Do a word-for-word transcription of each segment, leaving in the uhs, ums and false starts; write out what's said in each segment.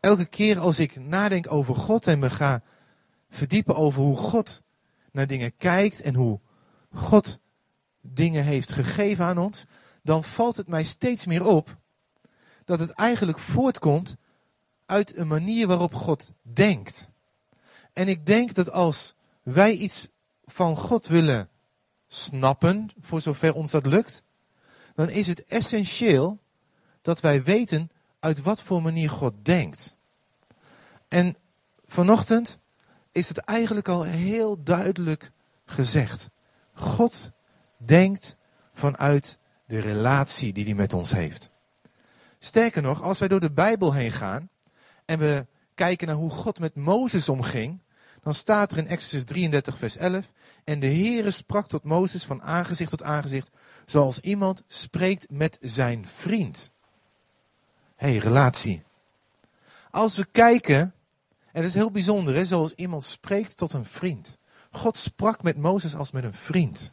elke keer als ik nadenk over God en me ga verdiepen over hoe God naar dingen kijkt en hoe God dingen heeft gegeven aan ons, dan valt het mij steeds meer op dat het eigenlijk voortkomt uit een manier waarop God denkt. En ik denk dat als wij iets van God willen snappen, voor zover ons dat lukt, dan is het essentieel dat wij weten uit wat voor manier God denkt. En vanochtend is het eigenlijk al heel duidelijk gezegd. God denkt vanuit de relatie die hij met ons heeft. Sterker nog, als wij door de Bijbel heen gaan en we kijken naar hoe God met Mozes omging, dan staat er in Exodus drieëndertig vers elf, en de Heere sprak tot Mozes van aangezicht tot aangezicht, zoals iemand spreekt met zijn vriend. Hé, hey, relatie. Als we kijken, en dat is heel bijzonder, hè, zoals iemand spreekt tot een vriend. God sprak met Mozes als met een vriend.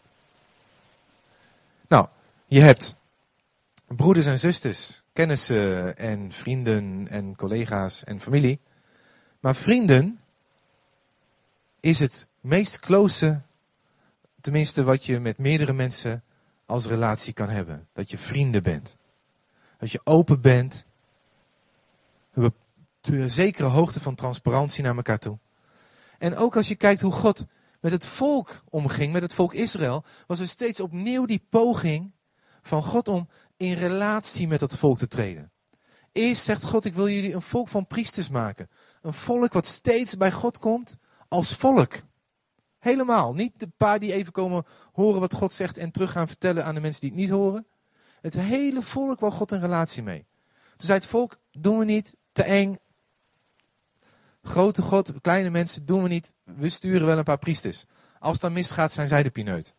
Nou, je hebt broeders en zusters, kennissen en vrienden en collega's en familie. Maar vrienden is het meest close, tenminste wat je met meerdere mensen als relatie kan hebben. Dat je vrienden bent. Dat je open bent. Een zekere hoogte van transparantie naar elkaar toe. En ook als je kijkt hoe God met het volk omging, met het volk Israël, was er steeds opnieuw die poging van God om in relatie met dat volk te treden. Eerst zegt God, ik wil jullie een volk van priesters maken. Een volk wat steeds bij God komt als volk. Helemaal. Niet de paar die even komen horen wat God zegt en terug gaan vertellen aan de mensen die het niet horen. Het hele volk wou God een relatie mee. Toen zei het volk, doen we niet, te eng. Grote God, kleine mensen, doen we niet. We sturen wel een paar priesters. Als het dan misgaat, zijn zij de pineut.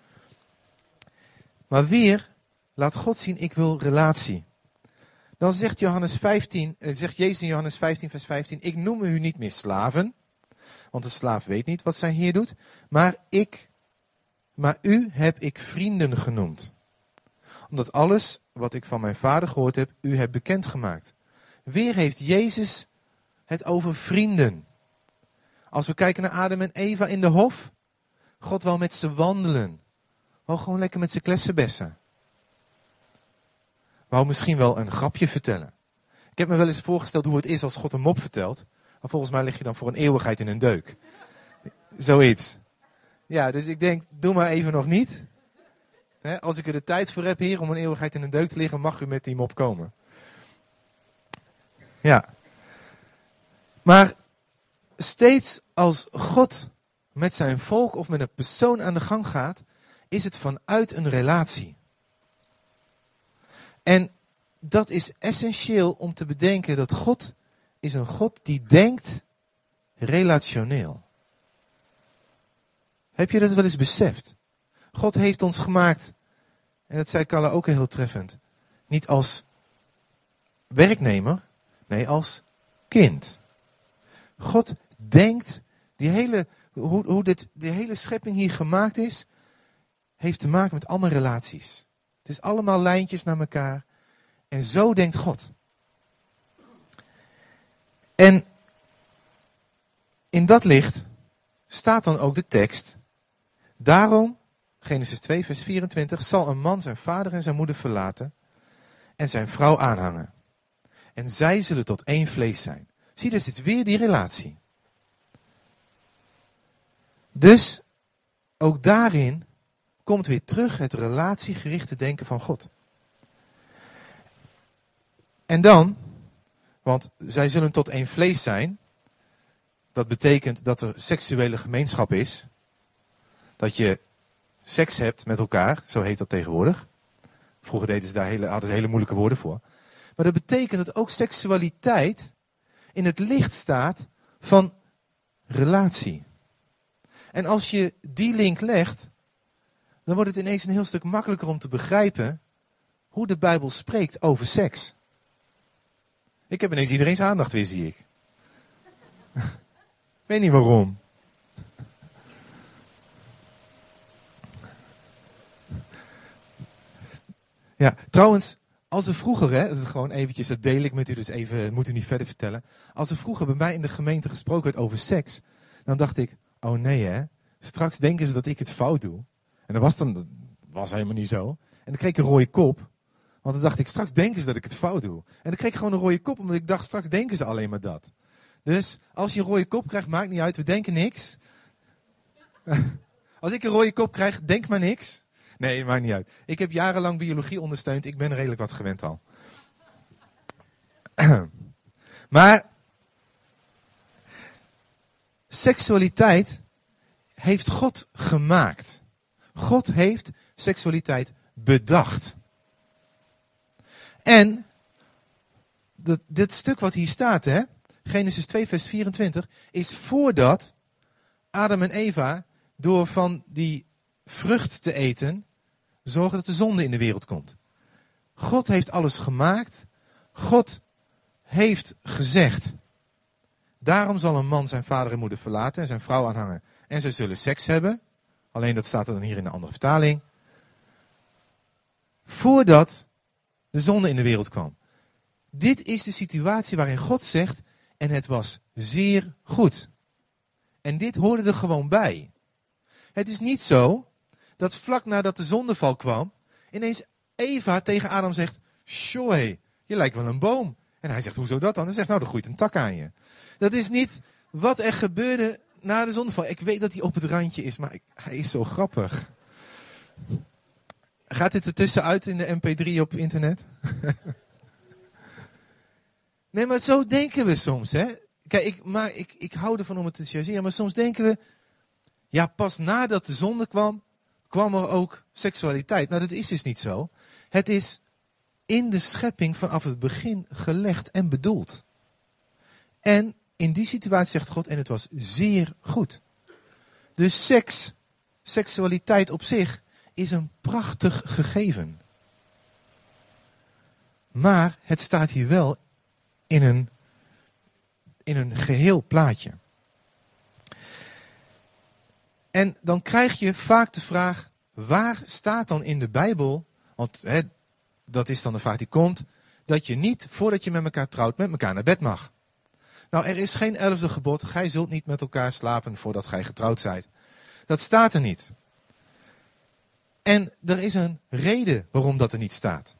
Maar weer laat God zien, ik wil relatie. Dan zegt, Johannes vijftien, eh, zegt Jezus in Johannes vijftien vers vijftien, ik noem u niet meer slaven, want de slaaf weet niet wat zijn Heer doet, maar ik, maar u heb ik vrienden genoemd. Omdat alles wat ik van mijn Vader gehoord heb, u hebt bekendgemaakt. Weer heeft Jezus het over vrienden. Als we kijken naar Adam en Eva in de hof, God wou met ze wandelen. Wou gewoon lekker met ze klessenbessen. Wou misschien wel een grapje vertellen. Ik heb me wel eens voorgesteld hoe het is als God een mop vertelt. Maar volgens mij lig je dan voor een eeuwigheid in een deuk. Zoiets. Ja, dus ik denk, doe maar even nog niet. He, als ik er de tijd voor heb hier om een eeuwigheid in een deuk te liggen, mag u met die mop komen. Ja. Maar steeds als God met zijn volk of met een persoon aan de gang gaat, is het vanuit een relatie. En dat is essentieel om te bedenken dat God is een God die denkt relationeel. Heb je dat wel eens beseft? God heeft ons gemaakt, en dat zei Kalle ook heel treffend, niet als werknemer, nee als kind. God denkt, die hele, hoe, hoe dit, die hele schepping hier gemaakt is, heeft te maken met allemaal relaties. Het is allemaal lijntjes naar elkaar. En zo denkt God. En in dat licht staat dan ook de tekst. Daarom, Genesis twee vers vierentwintig, zal een man zijn vader en zijn moeder verlaten en zijn vrouw aanhangen. En zij zullen tot één vlees zijn. Zie, daar zit weer die relatie. Dus, ook daarin komt weer terug het relatiegerichte denken van God. En dan, want zij zullen tot één vlees zijn. Dat betekent dat er seksuele gemeenschap is. Dat je seks hebt met elkaar, zo heet dat tegenwoordig. Vroeger deden ze daar hele, hadden ze hele moeilijke woorden voor. Maar dat betekent dat ook seksualiteit in het licht staat van relatie. En als je die link legt, dan wordt het ineens een heel stuk makkelijker om te begrijpen hoe de Bijbel spreekt over seks. Ik heb ineens iedereen's aandacht weer, zie ik. Ik weet niet waarom. Ja, trouwens, Als er vroeger, hè, dat is gewoon eventjes, dat deel ik met u, dus even, moet u niet verder vertellen. Als er vroeger bij mij in de gemeente gesproken werd over seks, dan dacht ik, oh nee hè, straks denken ze dat ik het fout doe. En dat was dan, dat was helemaal niet zo. En dan kreeg ik een rode kop, want dan dacht ik, straks denken ze dat ik het fout doe. En dan kreeg ik gewoon een rode kop, omdat ik dacht, straks denken ze alleen maar dat. Dus als je een rode kop krijgt, maakt niet uit, we denken niks. Als ik een rode kop krijg, denk maar niks. Nee, maakt niet uit. Ik heb jarenlang biologie ondersteund, ik ben redelijk wat gewend al. Maar seksualiteit heeft God gemaakt. God heeft seksualiteit bedacht. En dat, dit stuk wat hier staat, hè, Genesis twee vers vierentwintig, is voordat Adam en Eva door van die vrucht te eten zorgen dat de zonde in de wereld komt. God heeft alles gemaakt. God heeft gezegd, daarom zal een man zijn vader en moeder verlaten en zijn vrouw aanhangen. En zij zullen seks hebben. Alleen dat staat er dan hier in een andere vertaling. Voordat de zonde in de wereld kwam. Dit is de situatie waarin God zegt, en het was zeer goed. En dit hoorde er gewoon bij. Het is niet zo dat vlak nadat de zondeval kwam, ineens Eva tegen Adam zegt, Shoei, je lijkt wel een boom. En hij zegt, hoezo dat dan? Hij zegt, nou, er groeit een tak aan je. Dat is niet wat er gebeurde na de zondeval. Ik weet dat hij op het randje is, maar ik, hij is zo grappig. Gaat dit ertussen uit in de M P drie op internet? Nee, maar zo denken we soms, hè. Kijk, ik, maar ik, ik hou ervan om het te chargeren, maar soms denken we, ja, pas nadat de zonde kwam, kwam er ook seksualiteit. Nou, dat is dus niet zo. Het is in de schepping vanaf het begin gelegd en bedoeld. En in die situatie zegt God, en het was zeer goed. Dus seks, seksualiteit op zich, is een prachtig gegeven. Maar het staat hier wel in een, in een geheel plaatje. En dan krijg je vaak de vraag, waar staat dan in de Bijbel, want hè, dat is dan de vraag die komt, dat je niet, voordat je met elkaar trouwt, met elkaar naar bed mag. Nou, er is geen elfde gebod, gij zult niet met elkaar slapen voordat gij getrouwd zijt. Dat staat er niet. En er is een reden waarom dat er niet staat.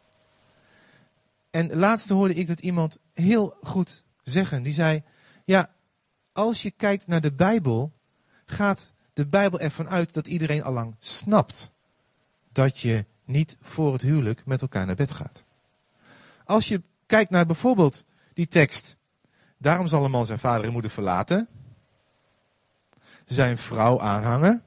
En laatst hoorde ik dat iemand heel goed zeggen, die zei, ja, als je kijkt naar de Bijbel, gaat de Bijbel ervan uit dat iedereen allang snapt dat je niet voor het huwelijk met elkaar naar bed gaat. Als je kijkt naar bijvoorbeeld die tekst, daarom zal een man zijn vader en moeder verlaten, zijn vrouw aanhangen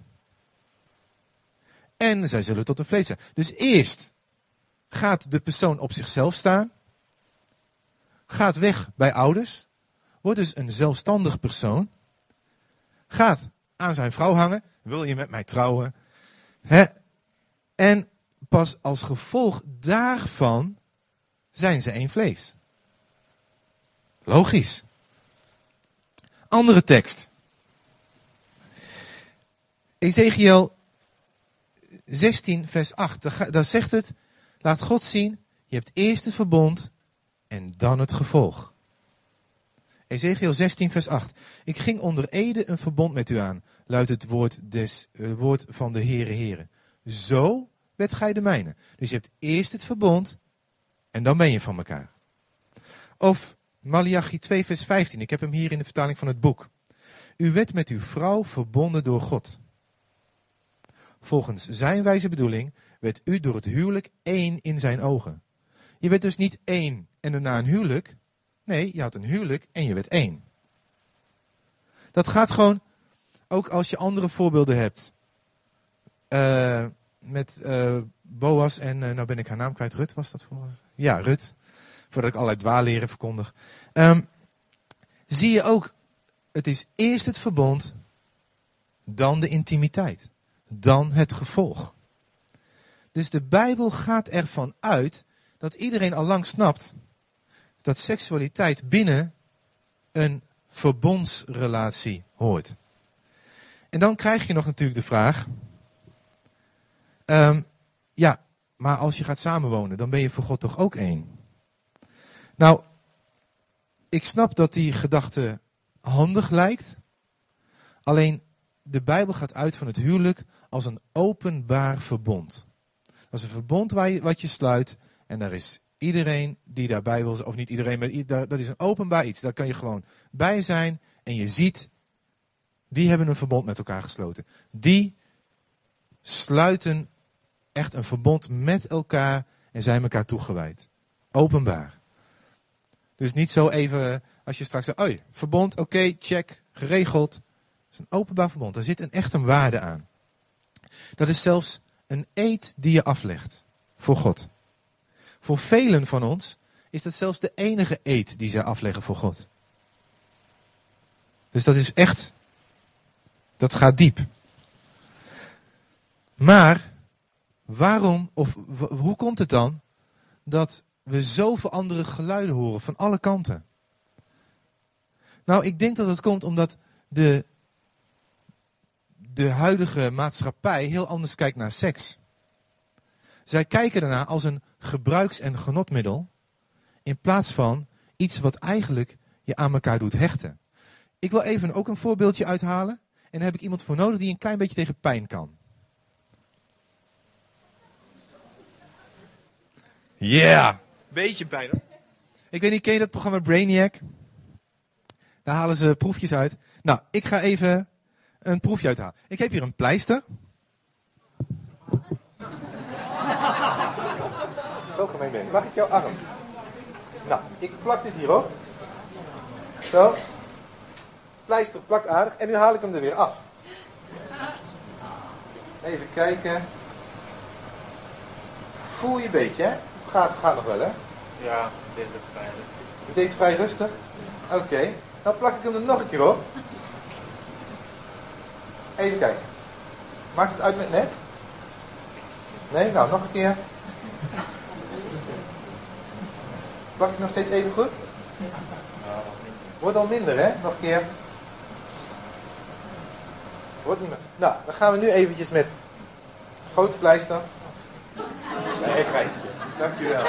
en zij zullen tot een vlees zijn. Dus eerst gaat de persoon op zichzelf staan, gaat weg bij ouders, wordt dus een zelfstandig persoon, gaat aan zijn vrouw hangen, wil je met mij trouwen? Hè? En pas als gevolg daarvan zijn ze één vlees. Logisch. Andere tekst. Ezekiel zestien vers acht. Daar zegt het, laat God zien, je hebt eerst het verbond en dan het gevolg. Ezekiel zestien vers acht. Ik ging onder ede een verbond met u aan, luidt het woord, des, uh, woord van de Heere Heere. Zo werd gij de mijne. Dus je hebt eerst het verbond en dan ben je van elkaar. Of Maleachi twee vers vijftien. Ik heb hem hier in de vertaling van het boek. U werd met uw vrouw verbonden door God. Volgens zijn wijze bedoeling werd u door het huwelijk één in zijn ogen. Je werd dus niet één en daarna een huwelijk. Nee, je had een huwelijk en je werd één. Dat gaat gewoon, ook als je andere voorbeelden hebt. Uh, met uh, Boas en, uh, nou ben ik haar naam kwijt, Rut was dat voor? Ja, Rut. Voordat ik allerlei dwaalleren verkondig. Um, zie je ook, het is eerst het verbond, dan de intimiteit. Dan het gevolg. Dus de Bijbel gaat ervan uit dat iedereen al lang snapt dat seksualiteit binnen een verbondsrelatie hoort. En dan krijg je nog natuurlijk de vraag, um, ja, maar als je gaat samenwonen, dan ben je voor God toch ook één. Nou, ik snap dat die gedachte handig lijkt. Alleen de Bijbel gaat uit van het huwelijk als een openbaar verbond. Dat is een verbond waar je, wat je sluit. En daar is iedereen die daarbij wil zijn, of niet iedereen, maar dat is een openbaar iets. Daar kan je gewoon bij zijn en je ziet, die hebben een verbond met elkaar gesloten. Die sluiten echt een verbond met elkaar en zijn elkaar toegewijd. Openbaar. Dus niet zo even, als je straks zegt, oh, verbond, oké, okay, check, geregeld. Het is een openbaar verbond. Daar zit een echt een waarde aan. Dat is zelfs een eed die je aflegt voor God. Voor velen van ons is dat zelfs de enige eed die zij afleggen voor God. Dus dat is echt, dat gaat diep. Maar, waarom, of w- hoe komt het dan dat we zoveel andere geluiden horen van alle kanten? Nou, ik denk dat het komt omdat de, de huidige maatschappij heel anders kijkt naar seks. Zij kijken daarna als een gebruiks- en genotmiddel, in plaats van iets wat eigenlijk je aan elkaar doet hechten. Ik wil even ook een voorbeeldje uithalen. En daar heb ik iemand voor nodig die een klein beetje tegen pijn kan. Ja, yeah. Beetje pijn hoor. Ik weet niet, ken je dat programma Brainiac? Daar halen ze proefjes uit. Nou, ik ga even een proefje uithalen. Ik heb hier een pleister. Zo gemeen ben ik. Mag ik jouw arm? Nou, ik plak dit hierop. Zo. Pleister plakt aardig. En nu haal ik hem er weer af. Even kijken. Voel je een beetje, hè? Gaat, gaat nog wel, hè? Ja, dit is vrij rustig. Je deed vrij rustig? Oké. Okay. Dan plak ik hem er nog een keer op. Even kijken. Maakt het uit met net? Nee? Nou, nog een keer. Plakt hij nog steeds even goed? Wordt al minder, hè? Nog een keer. Wordt niet meer. Nou, dan gaan we nu eventjes met grote pleister. Nee, geintje. Dankjewel.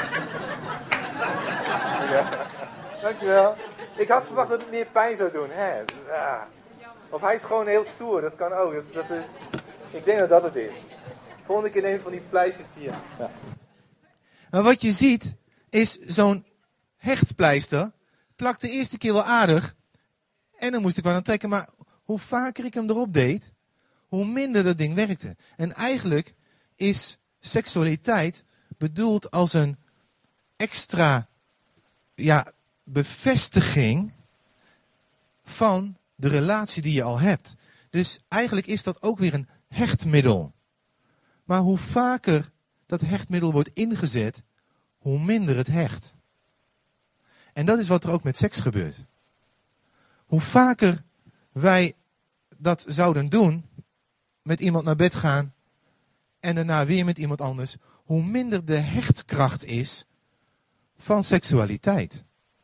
Ja. Dankjewel. Ik had verwacht dat het meer pijn zou doen. Hè? Ah. Of hij is gewoon heel stoer. Dat kan ook. Dat, dat is... Ik denk dat dat het is. Volgende keer neem ik van die pleisters hier. Ja. Maar wat je ziet is zo'n hechtpleister. Plakt de eerste keer wel aardig. En dan moest ik wel aan trekken. Maar hoe vaker ik hem erop deed, hoe minder dat ding werkte. En eigenlijk is seksualiteit bedoeld als een extra ja, bevestiging van de relatie die je al hebt. Dus eigenlijk is dat ook weer een hechtmiddel. Maar hoe vaker dat hechtmiddel wordt ingezet, hoe minder het hecht. En dat is wat er ook met seks gebeurt. Hoe vaker wij dat zouden doen, met iemand naar bed gaan en daarna weer met iemand anders, hoe minder de hechtkracht is van seksualiteit.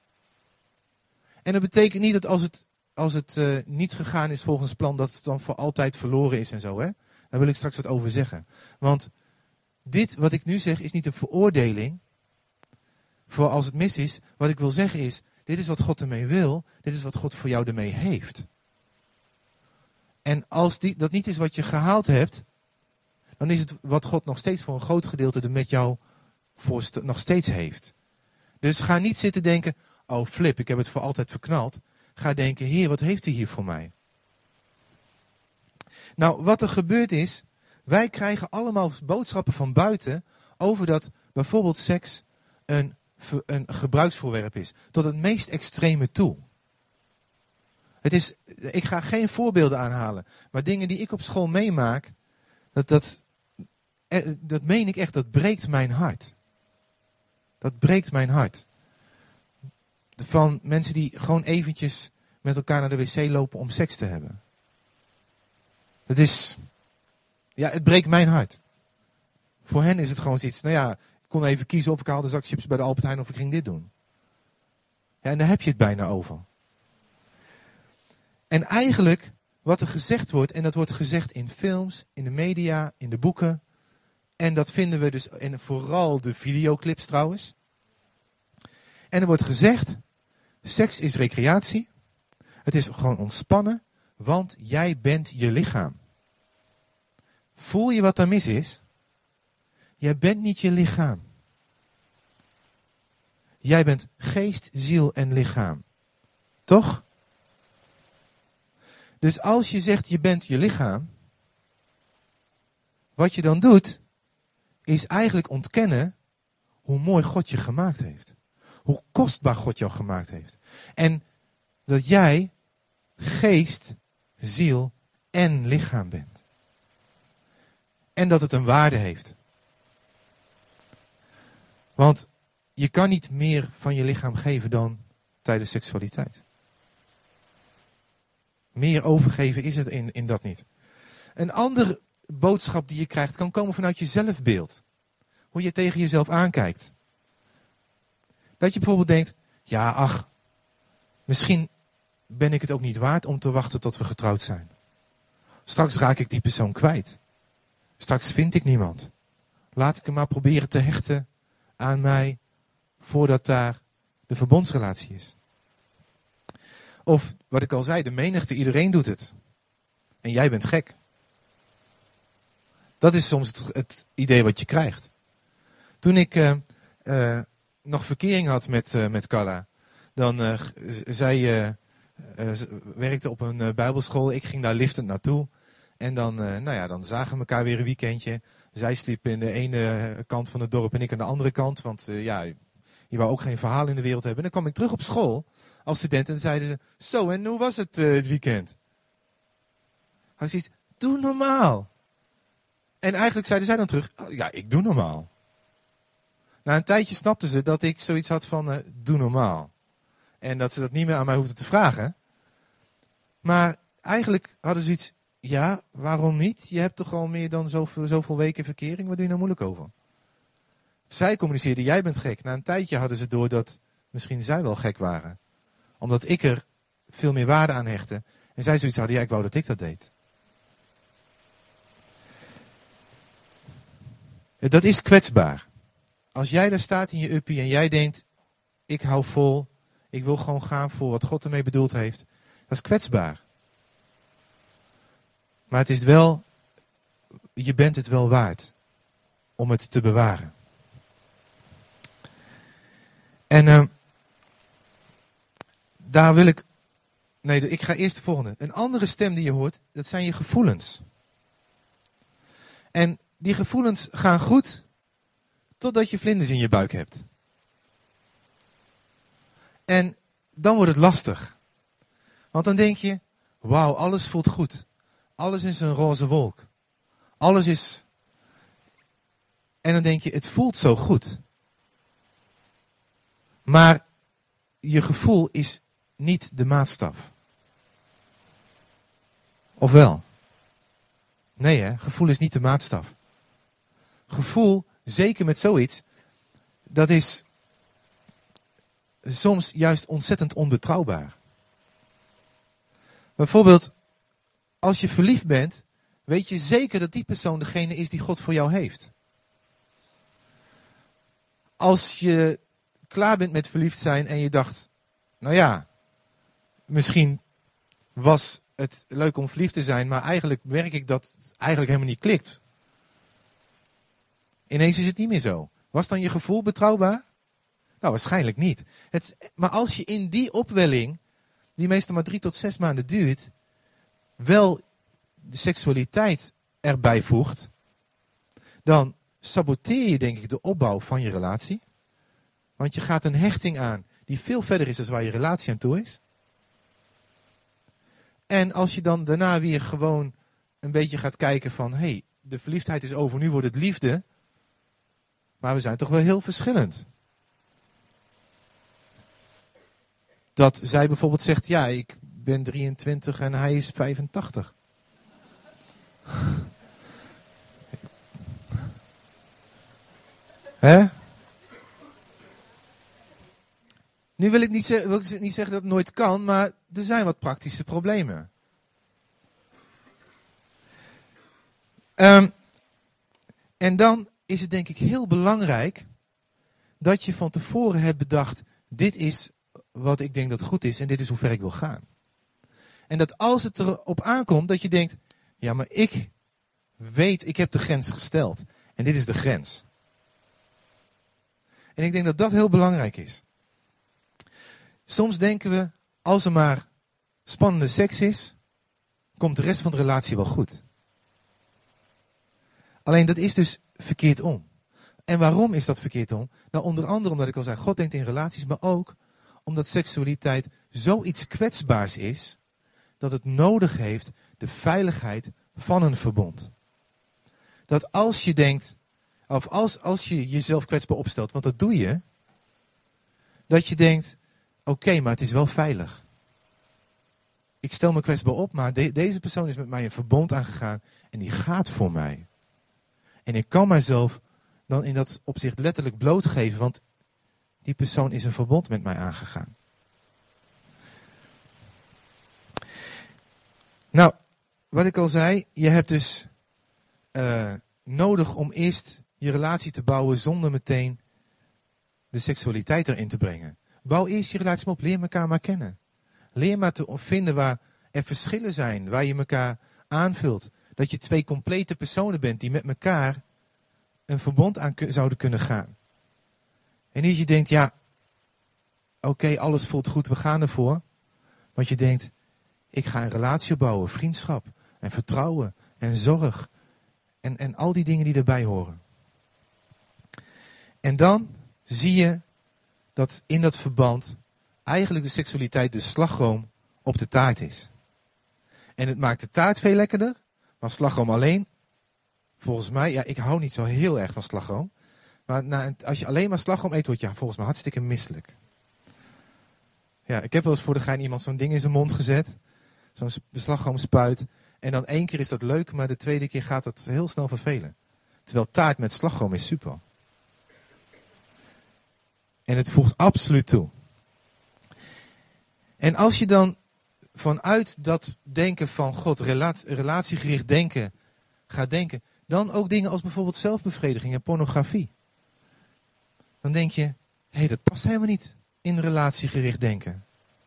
En dat betekent niet dat als het, als het uh, niet gegaan is volgens plan, dat het dan voor altijd verloren is en zo. Hè? Daar wil ik straks wat over zeggen. Want dit wat ik nu zeg is niet een veroordeling voor als het mis is. Wat ik wil zeggen is, dit is wat God ermee wil. Dit is wat God voor jou ermee heeft. En als die, dat niet is wat je gehaald hebt, dan is het wat God nog steeds voor een groot gedeelte er met jou voor st- nog steeds heeft. Dus ga niet zitten denken, oh flip, ik heb het voor altijd verknald. Ga denken, Heer, wat heeft u hier voor mij? Nou, wat er gebeurd is, wij krijgen allemaal boodschappen van buiten over dat bijvoorbeeld seks een, een gebruiksvoorwerp is. Tot het meest extreme toe. Het is, ik ga geen voorbeelden aanhalen, maar dingen die ik op school meemaak, dat, dat, dat meen ik echt, dat breekt mijn hart. Dat breekt mijn hart. Van mensen die gewoon eventjes met elkaar naar de wc lopen om seks te hebben. Het is, ja, het breekt mijn hart. Voor hen is het gewoon zoiets, nou ja, ik kon even kiezen of ik haalde zak chips bij de Albert Heijn of ik ging dit doen. Ja, en daar heb je het bijna over. En eigenlijk, wat er gezegd wordt, en dat wordt gezegd in films, in de media, in de boeken, En dat vinden we dus in vooral de videoclips trouwens. En er wordt gezegd, seks is recreatie. Het is gewoon ontspannen, want jij bent je lichaam. Voel je wat daar mis is? Jij bent niet je lichaam. Jij bent geest, ziel en lichaam. Toch? Dus als je zegt je bent je lichaam, wat je dan doet, is eigenlijk ontkennen hoe mooi God je gemaakt heeft. Hoe kostbaar God jou gemaakt heeft. En dat jij geest, ziel en lichaam bent. En dat het een waarde heeft. Want je kan niet meer van je lichaam geven dan tijdens seksualiteit. Meer overgeven is het in, in dat niet. Een andere boodschap die je krijgt kan komen vanuit je zelfbeeld. Hoe je tegen jezelf aankijkt. Dat je bijvoorbeeld denkt, ja ach, misschien ben ik het ook niet waard om te wachten tot we getrouwd zijn. Straks raak ik die persoon kwijt. Straks vind ik niemand. Laat ik hem maar proberen te hechten aan mij voordat daar de verbondsrelatie is. Of wat ik al zei, de menigte, iedereen doet het. En jij bent gek. Dat is soms het, het idee wat je krijgt. Toen ik uh, uh, nog verkering had met, uh, met Carla, dan uh, zij uh, uh, werkte op een uh, bijbelschool. Ik ging daar liftend naartoe. En dan, uh, nou ja, dan zagen we elkaar weer een weekendje. Zij sliep in de ene kant van het dorp en ik aan de andere kant. Want uh, ja, je wou ook geen verhaal in de wereld hebben. En dan kwam ik terug op school als student en zeiden ze, zo en hoe was het uh, het weekend? Had ik zoiets, doe normaal. En eigenlijk zeiden zij dan terug, oh, ja, ik doe normaal. Na een tijdje snapten ze dat ik zoiets had van, uh, doe normaal. En dat ze dat niet meer aan mij hoefden te vragen. Maar eigenlijk hadden ze iets, ja, waarom niet? Je hebt toch al meer dan zoveel, zoveel weken verkering, wat doe je nou moeilijk over? Zij communiceerden, jij bent gek. Na een tijdje hadden ze door dat misschien zij wel gek waren. Omdat ik er veel meer waarde aan hechtte. En zij zoiets hadden, ja, ik wou dat ik dat deed. Dat is kwetsbaar. Als jij daar staat in je uppie en jij denkt, ik hou vol, ik wil gewoon gaan voor wat God ermee bedoeld heeft. Dat is kwetsbaar. Maar het is wel, je bent het wel waard om het te bewaren. En uh, daar wil ik, nee, ik ga eerst de volgende. Een andere stem die je hoort, dat zijn je gevoelens. En die gevoelens gaan goed totdat je vlinders in je buik hebt. En dan wordt het lastig. Want dan denk je, wauw, alles voelt goed. Alles is een roze wolk. Alles is... En dan denk je, het voelt zo goed. Maar je gevoel is niet de maatstaf. Of wel? Nee hè, gevoel is niet de maatstaf. Gevoel, zeker met zoiets, dat is soms juist ontzettend onbetrouwbaar. Bijvoorbeeld, als je verliefd bent, weet je zeker dat die persoon degene is die God voor jou heeft. Als je klaar bent met verliefd zijn en je dacht, nou ja, misschien was het leuk om verliefd te zijn, maar eigenlijk merk ik dat het eigenlijk helemaal niet klikt. Ineens is het niet meer zo. Was dan je gevoel betrouwbaar? Nou, waarschijnlijk niet. Het, maar als je in die opwelling, die meestal maar drie tot zes maanden duurt, wel de seksualiteit erbij voegt, dan saboteer je denk ik de opbouw van je relatie. Want je gaat een hechting aan die veel verder is dan waar je relatie aan toe is. En als je dan daarna weer gewoon een beetje gaat kijken van, hé, hey, de verliefdheid is over, nu wordt het liefde. Maar we zijn toch wel heel verschillend. Dat zij bijvoorbeeld zegt, ja, ik ben drieëntwintig en hij is vijfentachtig. Hè? Nu wil ik, niet zeggen, wil ik niet zeggen dat het nooit kan, maar er zijn wat praktische problemen. Um, en dan is het denk ik heel belangrijk dat je van tevoren hebt bedacht, dit is wat ik denk dat goed is en dit is hoe ver ik wil gaan. En dat als het erop aankomt, dat je denkt, ja, maar ik weet, ik heb de grens gesteld. En dit is de grens. En ik denk dat dat heel belangrijk is. Soms denken we, als er maar spannende seks is, komt de rest van de relatie wel goed. Alleen dat is dus verkeerd om. En waarom is dat verkeerd om? Nou, onder andere omdat ik al zei, God denkt in relaties, maar ook omdat seksualiteit zoiets kwetsbaars is, dat het nodig heeft de veiligheid van een verbond. Dat als je denkt, of als, als je jezelf kwetsbaar opstelt, want dat doe je, dat je denkt, oké, okay, maar het is wel veilig. Ik stel me kwetsbaar op, maar de, deze persoon is met mij een verbond aangegaan en die gaat voor mij. En ik kan mijzelf dan in dat opzicht letterlijk blootgeven, want die persoon is een verbond met mij aangegaan. Nou, wat ik al zei, je hebt dus uh, nodig om eerst je relatie te bouwen zonder meteen de seksualiteit erin te brengen. Bouw eerst je relatie op, leer elkaar maar kennen. Leer maar te vinden waar er verschillen zijn, waar je elkaar aanvult. Dat je twee complete personen bent die met elkaar een verbond aan k- zouden kunnen gaan. En niet je denkt, ja, oké, okay, alles voelt goed, we gaan ervoor. Want je denkt, ik ga een relatie opbouwen, vriendschap en vertrouwen en zorg. En, en al die dingen die erbij horen. En dan zie je dat in dat verband eigenlijk de seksualiteit de slagroom op de taart is. En het maakt de taart veel lekkerder, maar slagroom alleen, volgens mij, ja, ik hou niet zo heel erg van slagroom. Maar na, als je alleen maar slagroom eet, word je ja, volgens mij hartstikke misselijk. Ja, ik heb wel eens voor de gein iemand zo'n ding in zijn mond gezet. Zo'n slagroomspuit. En dan één keer is dat leuk, maar de tweede keer gaat het heel snel vervelen. Terwijl taart met slagroom is super. En het voegt absoluut toe. En als je dan vanuit dat denken van God, relatiegericht denken, gaat denken, dan ook dingen als bijvoorbeeld zelfbevrediging en pornografie. Dan denk je, hé, hey, dat past helemaal niet in relatiegericht denken.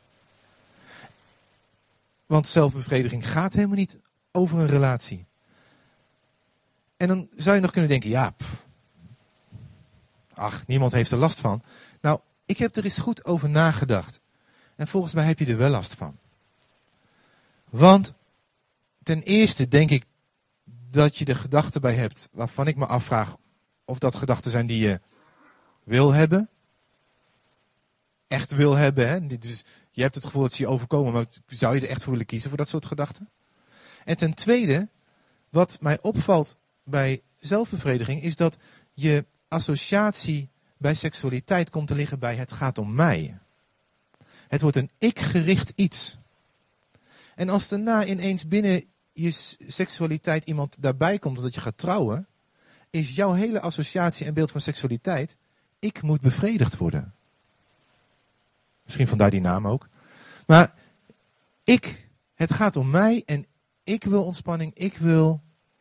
Want zelfbevrediging gaat helemaal niet over een relatie. En dan zou je nog kunnen denken, ja, pff, ach, niemand heeft er last van. Nou, ik heb er eens goed over nagedacht. En volgens mij heb je er wel last van. Want ten eerste denk ik dat je er gedachten bij hebt waarvan ik me afvraag of dat gedachten zijn die je wil hebben. Echt wil hebben. Hè? Dus je hebt het gevoel dat ze je overkomen, maar zou je er echt voor willen kiezen voor dat soort gedachten? En ten tweede, wat mij opvalt bij zelfbevrediging, is dat je associatie bij seksualiteit komt te liggen bij het gaat om mij. Het wordt een ik-gericht iets. En als daarna ineens binnen je seksualiteit iemand daarbij komt omdat je gaat trouwen, is jouw hele associatie en beeld van seksualiteit, ik moet bevredigd worden. Misschien vandaar die naam ook. Maar ik, het gaat om mij en ik wil ontspanning, ik wil.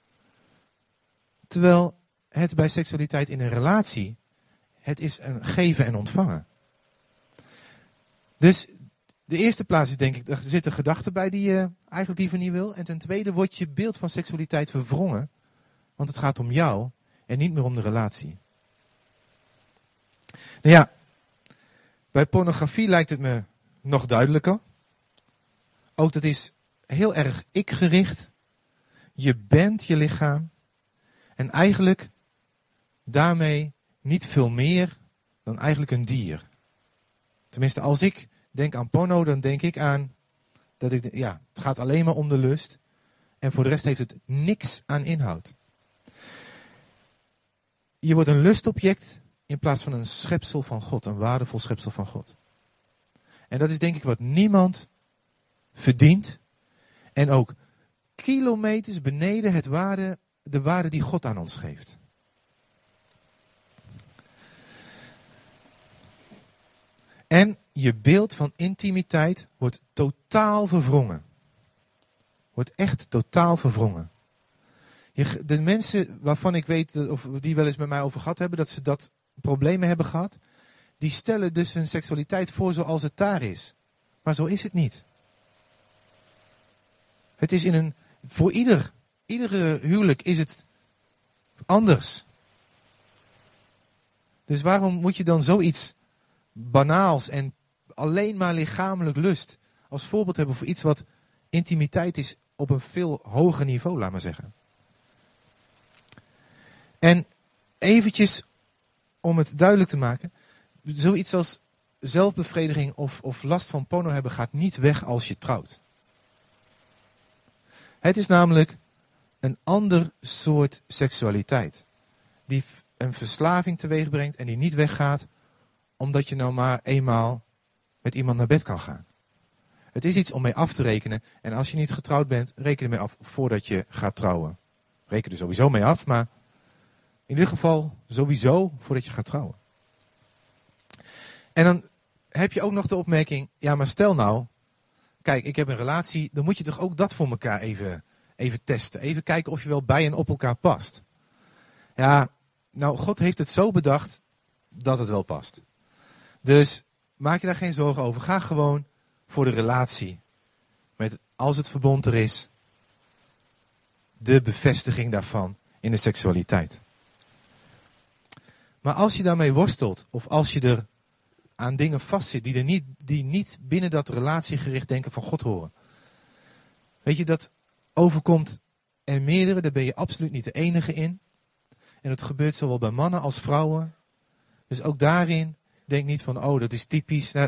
Terwijl het bij seksualiteit in een relatie, het is een geven en ontvangen. Dus de eerste plaats is denk ik, er zitten gedachten bij die je eigenlijk liever niet wil. En ten tweede wordt je beeld van seksualiteit verwrongen. Want het gaat om jou en niet meer om de relatie. Nou ja, bij pornografie lijkt het me nog duidelijker. Ook dat is heel erg ik-gericht. Je bent je lichaam. En eigenlijk daarmee niet veel meer dan eigenlijk een dier. Tenminste, als ik denk aan porno, dan denk ik aan dat ik, ja, het gaat alleen maar om de lust. En voor de rest heeft het niks aan inhoud. Je wordt een lustobject in plaats van een schepsel van God, een waardevol schepsel van God. En dat is denk ik wat niemand verdient. En ook kilometers beneden het waarde, de waarde die God aan ons geeft. En je beeld van intimiteit wordt totaal verwrongen. Wordt echt totaal verwrongen. Je, de mensen waarvan ik weet, of die wel eens met mij over gehad hebben, dat ze dat problemen hebben gehad, die stellen dus hun seksualiteit voor zoals het daar is. Maar zo is het niet. Het is in een, voor ieder, iedere huwelijk is het anders. Dus waarom moet je dan zoiets banaals en alleen maar lichamelijk lust als voorbeeld hebben voor iets wat intimiteit is op een veel hoger niveau, laat maar zeggen. En eventjes om het duidelijk te maken, zoiets als zelfbevrediging of, of last van porno hebben gaat niet weg als je trouwt. Het is namelijk een ander soort seksualiteit. Die een verslaving teweeg brengt en die niet weggaat omdat je nou maar eenmaal met iemand naar bed kan gaan. Het is iets om mee af te rekenen. En als je niet getrouwd bent, reken er mee af voordat je gaat trouwen. Reken er sowieso mee af, maar in ieder geval sowieso voordat je gaat trouwen. En dan heb je ook nog de opmerking, ja maar stel nou, kijk ik heb een relatie, dan moet je toch ook dat voor elkaar even, even testen. Even kijken of je wel bij en op elkaar past. Ja, nou God heeft het zo bedacht dat het wel past. Dus maak je daar geen zorgen over. Ga gewoon voor de relatie. Met, als het verbond er is, de bevestiging daarvan in de seksualiteit. Maar als je daarmee worstelt, of als je er aan dingen vastzit die, er niet, die niet binnen dat relatiegericht denken van God horen. Weet je, dat overkomt er meerdere, daar ben je absoluut niet de enige in. En het gebeurt zowel bij mannen als vrouwen. Dus ook daarin, denk niet van, oh dat is typisch. Nou,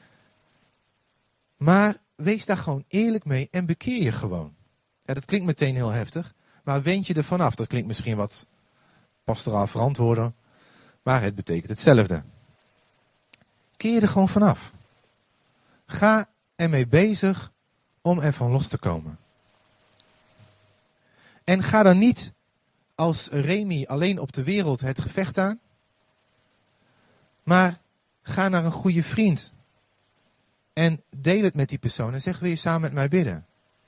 maar wees daar gewoon eerlijk mee en bekeer je gewoon. Ja, dat klinkt meteen heel heftig, maar wend je er vanaf. Dat klinkt misschien wat pastoraal verantwoorden, maar het betekent hetzelfde. Keer je er gewoon vanaf. Ga ermee bezig om ervan los te komen. En ga dan niet als Remi alleen op de wereld het gevecht aan, maar ga naar een goede vriend en deel het met die persoon en zeg, wil je samen met mij bidden?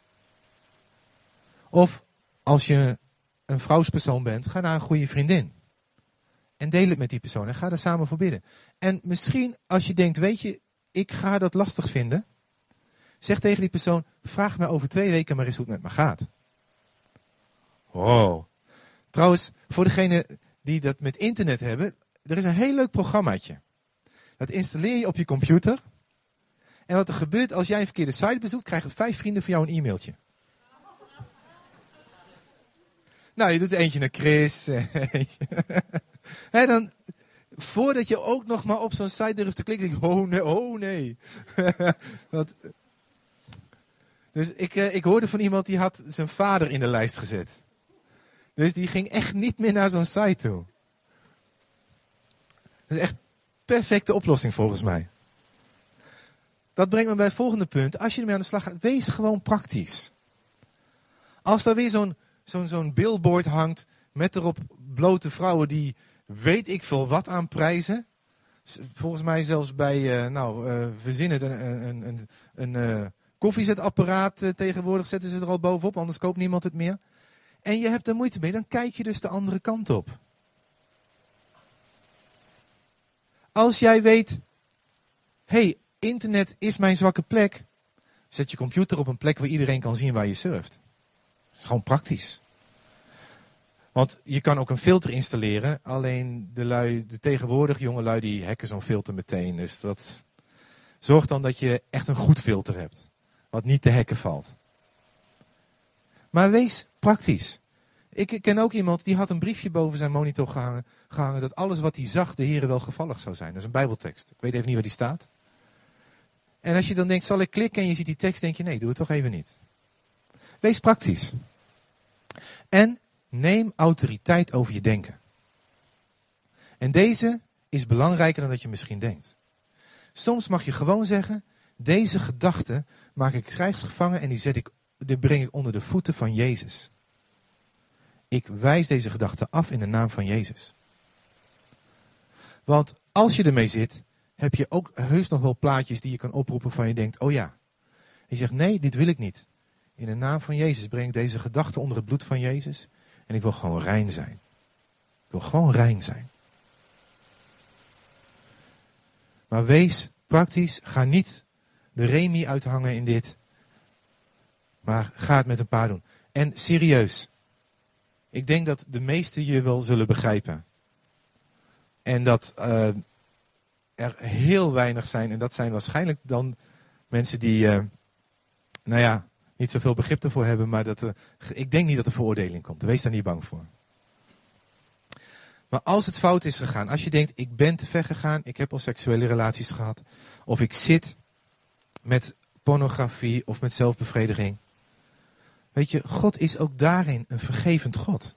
Of als je een vrouwspersoon bent, ga naar een goede vriendin. En deel het met die persoon en ga er samen voor bidden. En misschien als je denkt, weet je, ik ga dat lastig vinden. Zeg tegen die persoon, vraag mij over twee weken maar eens hoe het met me gaat. Wow. Trouwens, voor degenen die dat met internet hebben, er is een heel leuk programmaatje. Dat installeer je op je computer. En wat er gebeurt als jij een verkeerde site bezoekt, krijgen vijf vrienden van jou een e-mailtje. Nou, je doet er eentje naar Chris. En dan, voordat je ook nog maar op zo'n site durft te klikken, denk ik, oh nee, oh nee. Want, dus ik, uh, ik hoorde van iemand die had zijn vader in de lijst gezet. Dus die ging echt niet meer naar zo'n site toe. Dat is echt perfecte oplossing volgens mij. Dat brengt me bij het volgende punt. Als je ermee aan de slag gaat, wees gewoon praktisch. Als daar weer zo'n zo'n zo'n billboard hangt met erop blote vrouwen die weet ik veel wat aan prijzen. Volgens mij zelfs bij, uh, nou, uh, verzin het, een, een, een, een uh, koffiezetapparaat uh, tegenwoordig zetten ze er al bovenop, anders koopt niemand het meer. En je hebt er moeite mee, dan kijk je dus de andere kant op. Als jij weet, hey, internet is mijn zwakke plek, zet je computer op een plek waar iedereen kan zien waar je surft. Dat is gewoon praktisch. Want je kan ook een filter installeren, alleen de, lui, de tegenwoordig jonge lui die hacken zo'n filter meteen. Dus dat zorgt dan dat je echt een goed filter hebt, wat niet te hacken valt. Maar wees praktisch. Ik ken ook iemand die had een briefje boven zijn monitor gehangen, gehangen dat alles wat hij zag de Heere welgevallig zou zijn. Dat is een Bijbeltekst. Ik weet even niet waar die staat. En als je dan denkt, zal ik klikken en je ziet die tekst, denk je, nee, doe het toch even niet. Wees praktisch. En neem autoriteit over je denken. En deze is belangrijker dan dat je misschien denkt. Soms mag je gewoon zeggen, deze gedachte maak ik krijgsgevangen en die, zet ik, die breng ik onder de voeten van Jezus. Ik wijs deze gedachte af in de naam van Jezus. Want als je ermee zit, heb je ook heus nog wel plaatjes die je kan oproepen van je denkt, oh ja. En je zegt, nee, dit wil ik niet. In de naam van Jezus breng ik deze gedachte onder het bloed van Jezus. En ik wil gewoon rein zijn. Ik wil gewoon rein zijn. Maar wees praktisch. Ga niet de remi uithangen in dit. Maar ga het met een paar doen. En serieus. Ik denk dat de meesten je wel zullen begrijpen. En dat uh, er heel weinig zijn. En dat zijn waarschijnlijk dan mensen die, uh, nou ja, niet zoveel begrip ervoor hebben. Maar dat, uh, ik denk niet dat er veroordeling komt. Wees daar niet bang voor. Maar als het fout is gegaan. Als je denkt, ik ben te ver gegaan. Ik heb al seksuele relaties gehad. Of ik zit met pornografie of met zelfbevrediging. Weet je, God is ook daarin een vergevend God.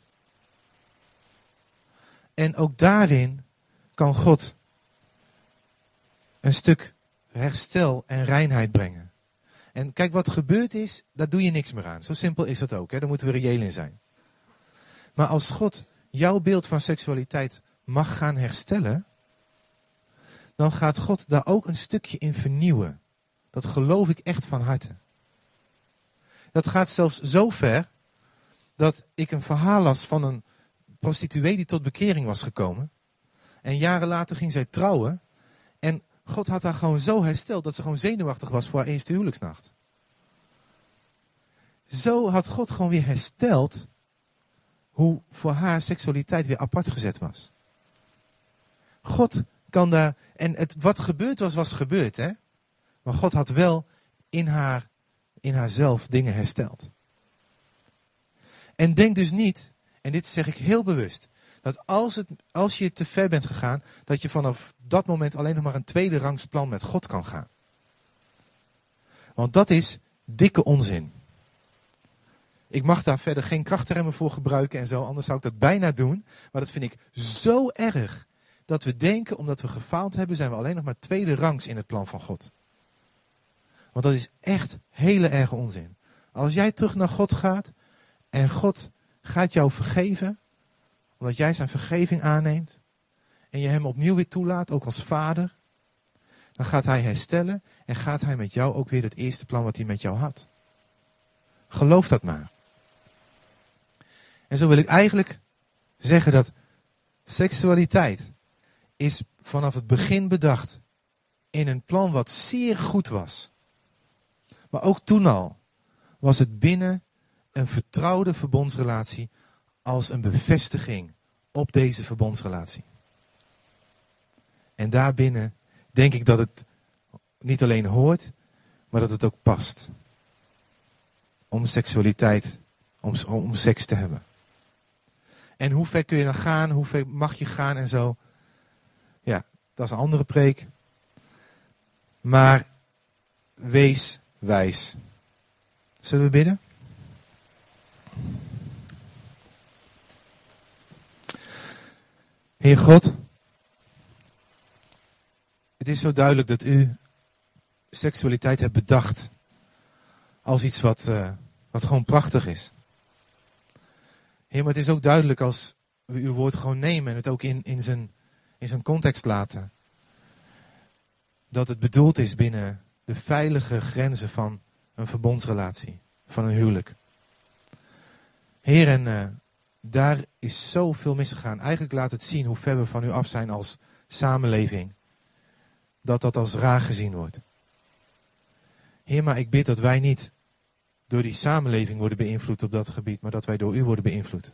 En ook daarin kan God een stuk herstel en reinheid brengen. En kijk, wat gebeurd is, daar doe je niks meer aan. Zo simpel is dat ook, hè? Daar moeten we reëel in zijn. Maar als God jouw beeld van seksualiteit mag gaan herstellen, dan gaat God daar ook een stukje in vernieuwen. Dat geloof ik echt van harte. Dat gaat zelfs zo ver dat ik een verhaal las van een prostituee die tot bekering was gekomen. En jaren later ging zij trouwen. En God had haar gewoon zo hersteld dat ze gewoon zenuwachtig was voor haar eerste huwelijksnacht. Zo had God gewoon weer hersteld hoe voor haar seksualiteit weer apart gezet was. God kan daar, en het, wat gebeurd was, was gebeurd, hè. Maar God had wel in haar, in haarzelf dingen hersteld. En denk dus niet, en dit zeg ik heel bewust, dat als, het, als je te ver bent gegaan, dat je vanaf dat moment alleen nog maar een tweede rangs plan met God kan gaan. Want dat is dikke onzin. Ik mag daar verder geen krachtremmen voor gebruiken en zo, anders zou ik dat bijna doen. Maar dat vind ik zo erg, dat we denken, omdat we gefaald hebben, zijn we alleen nog maar tweede rangs in het plan van God. Want dat is echt hele erge onzin. Als jij terug naar God gaat en God gaat jou vergeven, omdat jij zijn vergeving aanneemt en je hem opnieuw weer toelaat, ook als vader, dan gaat hij herstellen en gaat hij met jou ook weer het eerste plan wat hij met jou had. Geloof dat maar. En zo wil ik eigenlijk zeggen dat seksualiteit is vanaf het begin bedacht in een plan wat zeer goed was. Maar ook toen al was het binnen een vertrouwde verbondsrelatie als een bevestiging op deze verbondsrelatie. En daarbinnen denk ik dat het niet alleen hoort, maar dat het ook past. Om seksualiteit, om, om seks te hebben. En hoe ver kun je dan gaan, hoe ver mag je gaan en zo. Ja, dat is een andere preek. Maar wees wijs. Zullen we bidden? Heer God, het is zo duidelijk dat u seksualiteit hebt bedacht als iets wat, uh, wat gewoon prachtig is. Heer, maar het is ook duidelijk als we uw woord gewoon nemen en het ook in, in, zijn, in zijn context laten. Dat het bedoeld is binnen de veilige grenzen van een verbondsrelatie, van een huwelijk. Heer, en uh, daar is zoveel misgegaan. Eigenlijk laat het zien hoe ver we van u af zijn als samenleving. Dat dat als raar gezien wordt. Heer, maar ik bid dat wij niet door die samenleving worden beïnvloed op dat gebied, maar dat wij door u worden beïnvloed.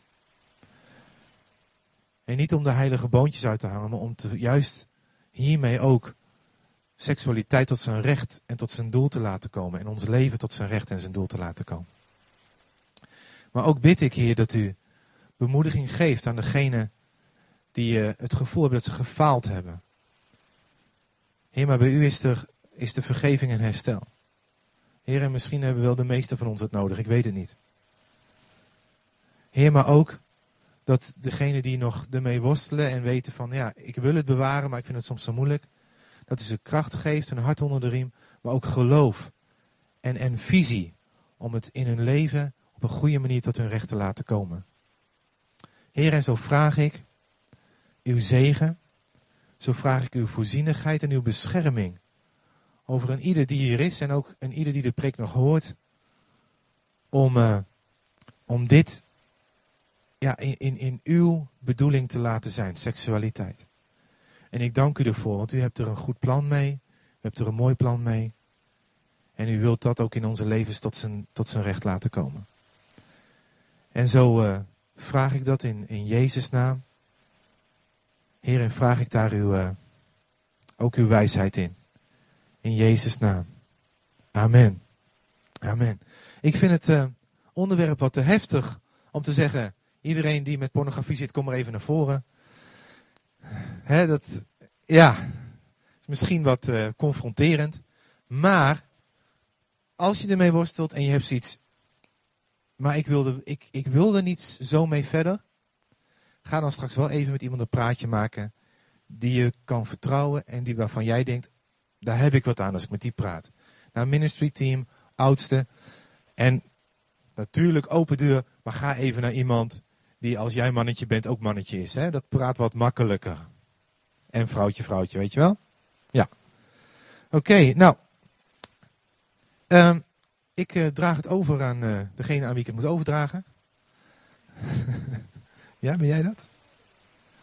En niet om de heilige boontjes uit te hangen, maar om te, juist hiermee ook seksualiteit tot zijn recht en tot zijn doel te laten komen. En ons leven tot zijn recht en zijn doel te laten komen. Maar ook bid ik, Heer, dat u bemoediging geeft aan degenen die uh, het gevoel hebben dat ze gefaald hebben. Heer, maar bij u is er, is de vergeving en herstel. Heer, en misschien hebben wel de meesten van ons het nodig, ik weet het niet. Heer, maar ook dat degenen die nog ermee worstelen en weten van, ja, ik wil het bewaren, maar ik vind het soms zo moeilijk. Dat u ze kracht geeft, een hart onder de riem, maar ook geloof en, en visie om het in hun leven op een goede manier tot hun recht te laten komen. Heer, en zo vraag ik uw zegen, zo vraag ik uw voorzienigheid en uw bescherming over een ieder die hier is en ook een ieder die de preek nog hoort, om, uh, om dit ja, in, in, in uw bedoeling te laten zijn, seksualiteit. En ik dank u ervoor, want u hebt er een goed plan mee. U hebt er een mooi plan mee. En u wilt dat ook in onze levens tot zijn, tot zijn recht laten komen. En zo uh, vraag ik dat in, in Jezus' naam. Heer, en vraag ik daar uw, uh, ook uw wijsheid in. In Jezus' naam. Amen. Amen. Ik vind het uh, onderwerp wat te heftig om te zeggen, iedereen die met pornografie zit, kom maar even naar voren. Hè, dat, ja, is misschien wat uh, confronterend. Maar, als je ermee worstelt en je hebt zoiets, maar ik wilde, ik, ik wilde niet zo mee verder. Ga dan straks wel even met iemand een praatje maken die je kan vertrouwen en die waarvan jij denkt, daar heb ik wat aan als ik met die praat. Nou, ministry team, oudste. En natuurlijk open deur, maar ga even naar iemand die als jij mannetje bent ook mannetje is. Hè? Dat praat wat makkelijker. En vrouwtje, vrouwtje, weet je wel? Ja. Oké, okay, nou. Um, ik uh, draag het over aan uh, degene aan wie ik het moet overdragen. Ja, ben jij dat?